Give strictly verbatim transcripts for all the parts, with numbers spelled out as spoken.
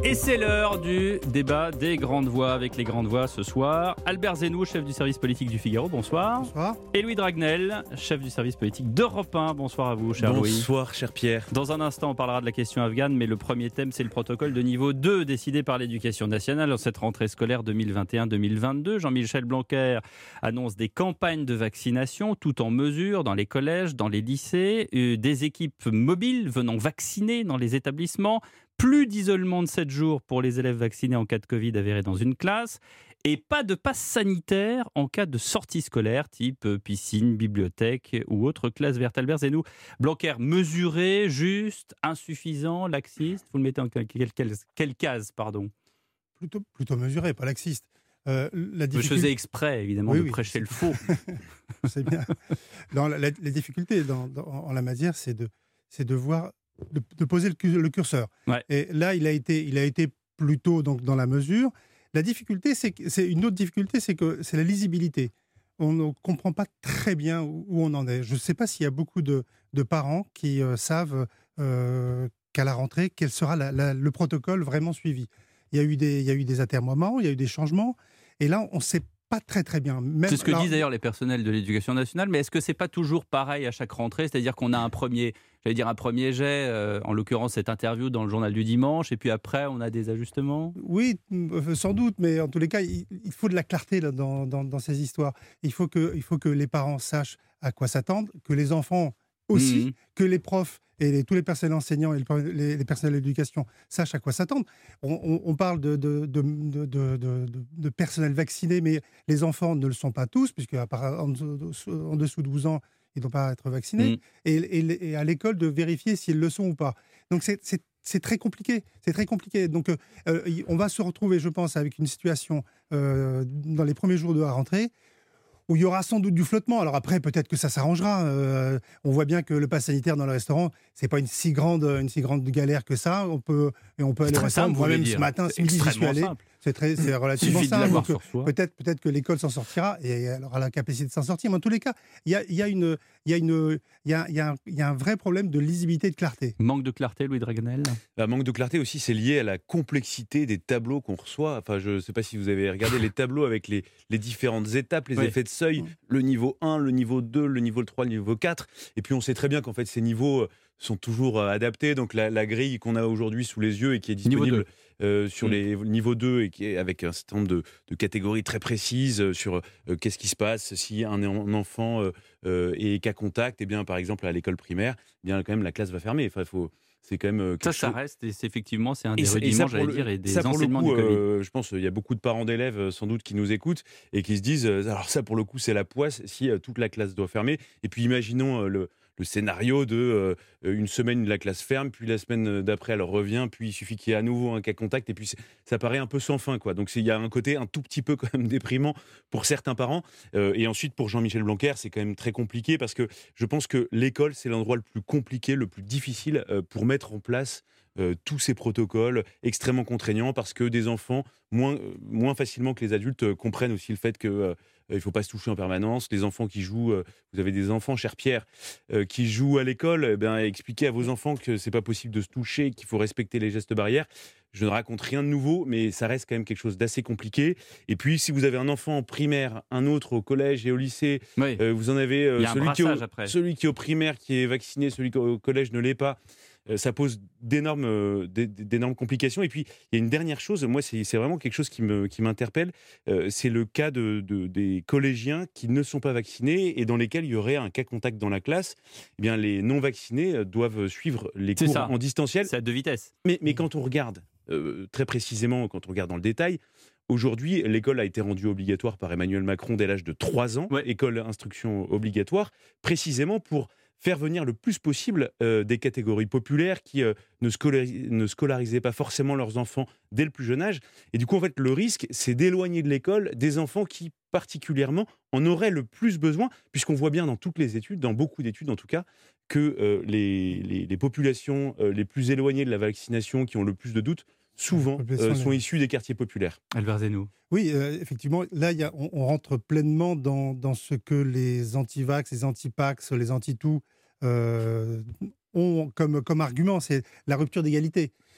Et c'est l'heure du débat des grandes voix avec les grandes voix ce soir. Albert Zenoux, chef du service politique du Figaro, bonsoir. Bonsoir. Et Louis Dragnel, chef du service politique d'Europe un. Bonsoir à vous, cher bonsoir, Louis. Bonsoir, cher Pierre. Dans un instant, on parlera de la question afghane, mais le premier thème, c'est le protocole de niveau deux décidé par l'Éducation nationale en cette rentrée scolaire deux mille vingt et un deux mille vingt-deux. Jean-Michel Blanquer annonce des campagnes de vaccination tout en mesure dans les collèges, dans les lycées, euh, des équipes mobiles venant vacciner dans les établissements. Plus d'isolement de sept jours pour les élèves vaccinés en cas de Covid avéré dans une classe et pas de passe sanitaire en cas de sortie scolaire type piscine, bibliothèque ou autre classe verte. Albert Zenoux, Blanquer, mesuré, juste, insuffisant, laxiste, vous le mettez en quelle, quelle, quelle case, pardon? Plutôt, plutôt mesuré, pas laxiste. Euh, la difficulté... Je faisais exprès, évidemment, oui, de oui, prêcher le faux. C'est bien. Dans la, la, les difficultés dans, dans, en la matière, c'est de, c'est de voir... De, de poser le, le curseur. Ouais. Et là, il a été, il a été plutôt donc, dans la mesure. La difficulté, c'est, c'est une autre difficulté, c'est que c'est la lisibilité. On ne comprend pas très bien où, où on en est. Je ne sais pas s'il y a beaucoup de, de parents qui euh, savent euh, qu'à la rentrée, quel sera la, la, le protocole vraiment suivi. Il y a eu des, il y a eu des atermoiements, il y a eu des changements, et là, on ne sait pas très très bien. Même, c'est ce que alors, disent d'ailleurs les personnels de l'Éducation nationale, mais est-ce que c'est pas toujours pareil à chaque rentrée? C'est-à-dire qu'on a un premier, j'allais dire un premier jet, euh, en l'occurrence cette interview dans le journal du dimanche, et puis après on a des ajustements? Oui, sans doute, mais en tous les cas, il, il faut de la clarté là, dans, dans, dans ces histoires. Il faut, que, il faut que les parents sachent à quoi s'attendre, que les enfants aussi, mmh. que les profs et les, tous les personnels enseignants et le, les, les personnels de l'éducation sachent à quoi s'attendre. On, on, on parle de, de, de, de, de, de, de personnel vacciné, mais les enfants ne le sont pas tous, puisque à part, en, en dessous de douze ans, ils ne doivent pas être vaccinés. Mmh. Et, et, et à l'école, de vérifier s'ils le sont ou pas. Donc c'est, c'est, c'est très compliqué. C'est très compliqué. Donc euh, on va se retrouver, je pense, avec une situation euh, dans les premiers jours de la rentrée, où il y aura sans doute du flottement. Alors après, peut-être que ça s'arrangera. Euh, on voit bien que le pass sanitaire dans le restaurant, c'est pas une si grande, une si grande galère que ça. On peut, et on peut aller au restaurant. Moi-même, ce matin, ce midi, j'y suis allé. C'est, très, c'est relativement simple. Donc, peut-être, peut-être que l'école s'en sortira et elle aura la capacité de s'en sortir. Mais en tous les cas, il y a, y a une, il y a une, il y a, il y a, un, il y a un vrai problème de lisibilité et de clarté. Manque de clarté, Louis Dragnel. La manque de clarté aussi, c'est lié à la complexité des tableaux qu'on reçoit. Enfin, je ne sais pas si vous avez regardé les tableaux avec les, les différentes étapes, les oui. effets de seuil, oui. le niveau un, le niveau deux, le niveau trois, le niveau quatre. Et puis, on sait très bien qu'en fait, ces niveaux sont toujours adaptés. Donc, la, la grille qu'on a aujourd'hui sous les yeux et qui est disponible euh, sur mmh. les niveaux deux et qui est avec un certain nombre de, de catégories très précises sur euh, qu'est-ce qui se passe si un, un enfant euh, euh, est cas contact. Eh bien, par exemple, à l'école primaire, eh bien, quand même, la classe va fermer. Enfin, il faut... C'est quand même ça, chose... ça reste, et c'est effectivement, c'est un des rudiments, j'allais le, dire, et des ça, enseignements coup, du Covid. Euh, je pense qu'il y a beaucoup de parents d'élèves, sans doute, qui nous écoutent et qui se disent, euh, alors ça, pour le coup, c'est la poisse si euh, toute la classe doit fermer. Et puis, imaginons euh, le, le scénario de euh, une semaine, la classe ferme, puis la semaine d'après, elle revient, puis il suffit qu'il y ait à nouveau un cas contact, et puis ça paraît un peu sans fin, quoi. Donc, il y a un côté un tout petit peu quand même déprimant pour certains parents. Euh, et ensuite, pour Jean-Michel Blanquer, c'est quand même très compliqué parce que je pense que l'école, c'est l'endroit le plus compliqué, le plus difficile euh, pour mettre en place Euh, tous ces protocoles extrêmement contraignants parce que des enfants, moins, euh, moins facilement que les adultes, euh, comprennent aussi le fait qu'il euh, ne faut pas se toucher en permanence. Les enfants qui jouent, euh, vous avez des enfants, cher Pierre, euh, qui jouent à l'école, eh bien, expliquez à vos enfants que ce n'est pas possible de se toucher, qu'il faut respecter les gestes barrières. Je ne raconte rien de nouveau, mais ça reste quand même quelque chose d'assez compliqué. Et puis, si vous avez un enfant en primaire, un autre au collège et au lycée, oui. euh, vous en avez euh, celui, qui au, celui qui est au primaire, qui est vacciné, celui qui au collège ne l'est pas. Ça pose d'énormes, euh, d'énormes complications. Et puis, il y a une dernière chose, moi, c'est, c'est vraiment quelque chose qui, me, qui m'interpelle, euh, c'est le cas de, de, des collégiens qui ne sont pas vaccinés et dans lesquels il y aurait un cas contact dans la classe. Eh bien, les non-vaccinés doivent suivre les c'est cours ça. en distanciel. C'est à deux vitesses. Mais, mais quand on regarde, euh, très précisément, quand on regarde dans le détail, aujourd'hui, l'école a été rendue obligatoire par Emmanuel Macron dès l'âge de trois ans, ouais. école instruction obligatoire, précisément pour faire venir le plus possible euh, des catégories populaires qui euh, ne, scolaris- ne scolarisaient pas forcément leurs enfants dès le plus jeune âge. Et du coup, en fait, le risque, c'est d'éloigner de l'école des enfants qui, particulièrement, en auraient le plus besoin, puisqu'on voit bien dans toutes les études, dans beaucoup d'études en tout cas, que euh, les, les, les populations euh, les plus éloignées de la vaccination, qui ont le plus de doutes, souvent euh, sont issus des quartiers populaires. Albert Zenoux. Oui, euh, effectivement, là, y a, on, on rentre pleinement dans, dans ce que les anti-vax, les anti-pax, les anti-tout euh, ont comme, comme argument, c'est la rupture d'égalité.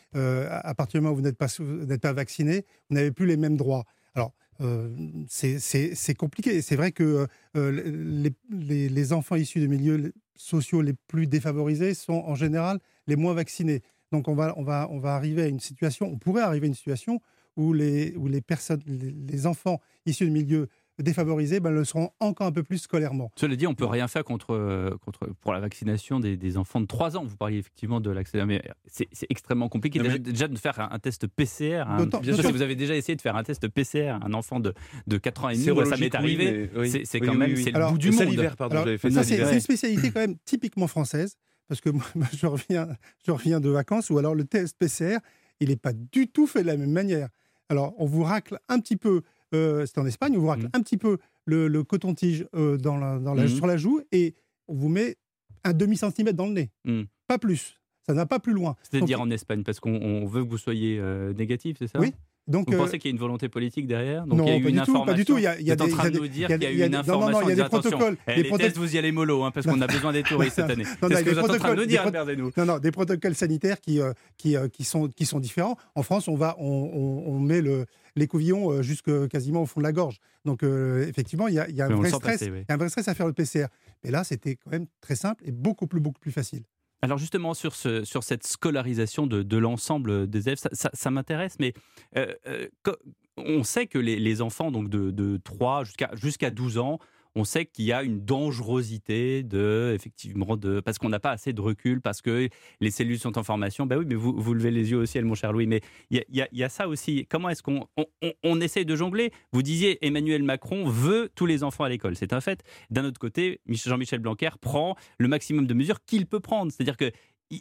euh, à partir du moment où vous n'êtes pas, vous n'êtes pas vacciné, vous n'avez plus les mêmes droits. Alors, euh, c'est, c'est, c'est compliqué. C'est vrai que euh, les, les, les enfants issus de milieux sociaux les plus défavorisés sont en général les moins vaccinés. Donc, on va, on va, on va arriver à une situation, on pourrait arriver à une situation où les, où les, personnes, les, les enfants issus de milieux défavorisés ben, le seront encore un peu plus scolairement. Cela dit, on ne peut rien faire contre, contre, pour la vaccination des, des enfants de trois ans. Vous parliez effectivement de l'accès, mais c'est, c'est extrêmement compliqué non, déjà, mais... déjà de faire un, un test P C R. Un, bien sûr, si vous avez déjà essayé de faire un test P C R à un enfant de, de quatre ans et demi, ça m'est arrivé, oui, mais... c'est, c'est oui, quand oui, même oui, oui. C'est le Alors, bout du monde. Salivaire, pardon, Alors, j'avais fait ça, c'est, c'est une spécialité quand même typiquement française, parce que moi, je reviens, je reviens de vacances, où alors le test P C R, il n'est pas du tout fait de la même manière. Alors, on vous racle un petit peu, euh, c'est en Espagne, on vous racle mmh. un petit peu le, le coton-tige euh, dans la, dans la, mmh. sur la joue et on vous met un demi-centimètre dans le nez. Mmh. Pas plus. Ça n'a pas plus loin. C'est-à-dire Donc, en Espagne, parce qu'on on veut que vous soyez euh, négatif, c'est ça ? Oui. Donc, vous euh, pensez qu'il y a une volonté politique derrière ? Donc non, il y a eu pas, une du tout, pas du tout. Il y a, il y a des, en train de nous dire qu'il y a eu une information. Non, non, non, il y a des protocoles. Eh, des les proto- tests, vous y allez mollo, hein, parce qu'on a besoin des touristes cette année. Non, c'est non, ce que vous êtes en train de nous dire, Albert Zenou. Non, non, des protocoles sanitaires qui, euh, qui, euh, qui, sont, qui sont différents. En France, on, va, on, on, on met le, l'écouvillon euh, jusque quasiment au fond de la gorge. Donc, euh, effectivement, il y a, il y a un vrai stress. Passer, oui. Il y a un vrai stress à faire le P C R. Mais là, c'était quand même très simple et beaucoup plus, beaucoup plus facile. Alors justement, sur, ce, sur cette scolarisation de, de l'ensemble des élèves, ça, ça, ça m'intéresse, mais euh, euh, on sait que les, les enfants donc de, de trois jusqu'à, jusqu'à douze ans, on sait qu'il y a une dangerosité de, effectivement, de, parce qu'on n'a pas assez de recul, parce que les cellules sont en formation. Ben oui, mais vous, vous levez les yeux au ciel, mon cher Louis, mais il y a, y a, y a ça aussi. Comment est-ce qu'on on, on, on essaye de jongler ? Vous disiez, Emmanuel Macron veut tous les enfants à l'école, c'est un fait. D'un autre côté, Jean-Michel Blanquer prend le maximum de mesures qu'il peut prendre. C'est-à-dire que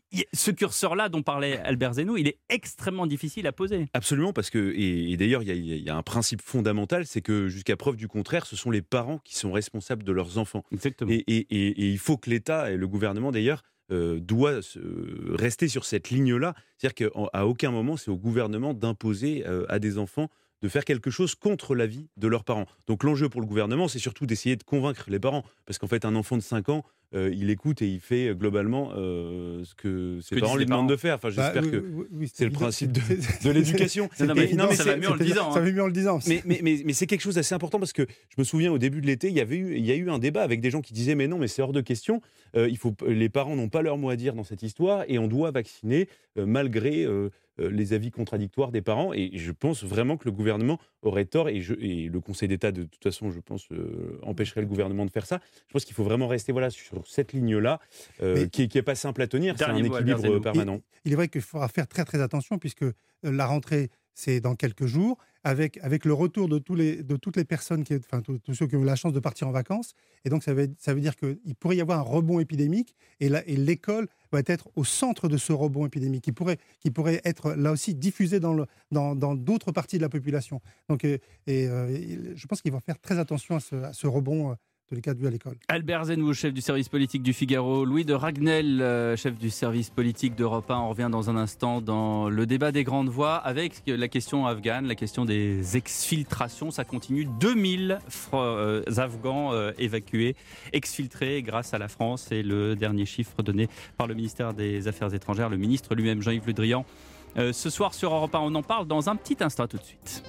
ce curseur-là dont parlait Albert Zenou, il est extrêmement difficile à poser. Absolument, parce que, et, et d'ailleurs, il y, y a un principe fondamental, c'est que jusqu'à preuve du contraire, ce sont les parents qui sont responsables de leurs enfants. Exactement. Et, et, et, et il faut que l'État et le gouvernement, d'ailleurs, euh, doit se, rester sur cette ligne-là. C'est-à-dire qu'à aucun moment, c'est au gouvernement d'imposer euh, à des enfants de faire quelque chose contre l'avis de leurs parents. Donc l'enjeu pour le gouvernement, c'est surtout d'essayer de convaincre les parents. Parce qu'en fait, un enfant de cinq ans, euh, il écoute et il fait euh, globalement euh, ce que ses que parents lui demandent parents. de faire. Enfin, j'espère bah, que oui, oui, c'est le principe de, de l'éducation. Non, non, mais, non, mais ça va mieux en le disant. Ça va mieux en le disant. Mais, mais, mais, mais c'est quelque chose d'assez important parce que je me souviens au début de l'été, il y avait eu, il y a eu un débat avec des gens qui disaient mais non, mais c'est hors de question. Euh, il faut, les parents n'ont pas leur mot à dire dans cette histoire et on doit vacciner euh, malgré euh, les avis contradictoires des parents. Et je pense vraiment que le gouvernement aurait tort et, je, et le Conseil d'État, de toute façon, je pense, euh, empêcherait le gouvernement de faire ça. Je pense qu'il faut vraiment rester voilà, sur cette ligne-là, euh, qui n'est pas simple à tenir. C'est un équilibre permanent. Il, il est vrai qu'il faudra faire très, très attention puisque la rentrée, c'est dans quelques jours, avec, avec le retour de, tous les, de toutes les personnes, qui, enfin tous, tous ceux qui ont eu la chance de partir en vacances. Et donc, ça veut, ça veut dire qu'il pourrait y avoir un rebond épidémique et, la, et l'école va être au centre de ce rebond épidémique qui pourrait, qui pourrait être là aussi diffusé dans, le, dans, dans d'autres parties de la population. Donc, et, et, et je pense qu'il va faire très attention à ce, à ce rebond. De les cas dû à l'école. Albert Zenou, chef du service politique du Figaro, Louis de Ragnel, euh, chef du service politique d'Europe un. On revient dans un instant dans le débat des grandes voix avec la question afghane, la question des exfiltrations. Ça continue. deux mille euh, Afghans euh, évacués, exfiltrés grâce à la France. Et le dernier chiffre donné par le ministère des Affaires étrangères, le ministre lui-même, Jean-Yves Le Drian. Euh, ce soir sur Europe un, on en parle dans un petit instant. Tout de suite.